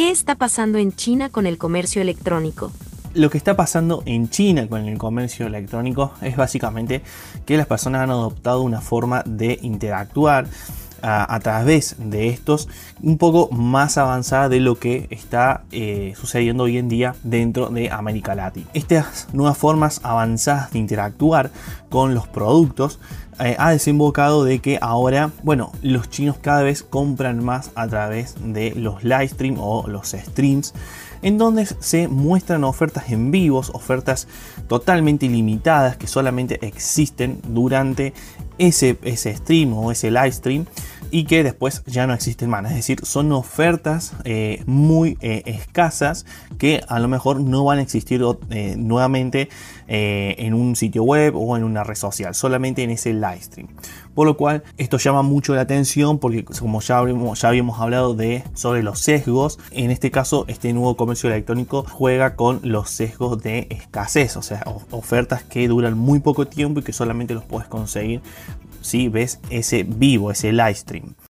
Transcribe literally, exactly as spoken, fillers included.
¿Qué está pasando en China con el comercio electrónico? Lo que está pasando en China con el comercio electrónico es básicamente que las personas han adoptado una forma de interactuar a, a través de estos un poco más avanzada de lo que está eh, sucediendo hoy en día dentro de América Latina. Estas nuevas formas avanzadas de interactuar con los productos eh, ha desembocado de que ahora, bueno, los chinos cada vez compran más a través de los live stream o los streams, en donde se muestran ofertas en vivos, ofertas totalmente ilimitadas que solamente existen durante ese, ese stream o ese live stream y que después ya no existen más. Es decir, son ofertas eh, muy eh, escasas que a lo mejor no van a existir eh, nuevamente eh, en un sitio web o en una red social, solamente en ese live stream. Por lo cual esto llama mucho la atención porque, como ya habíamos, ya habíamos hablado de sobre los sesgos, en este caso este nuevo comercio electrónico juega con los sesgos de escasez, o sea, ofertas que duran muy poco tiempo y que solamente los puedes conseguir si ves ese vivo, ese live stream.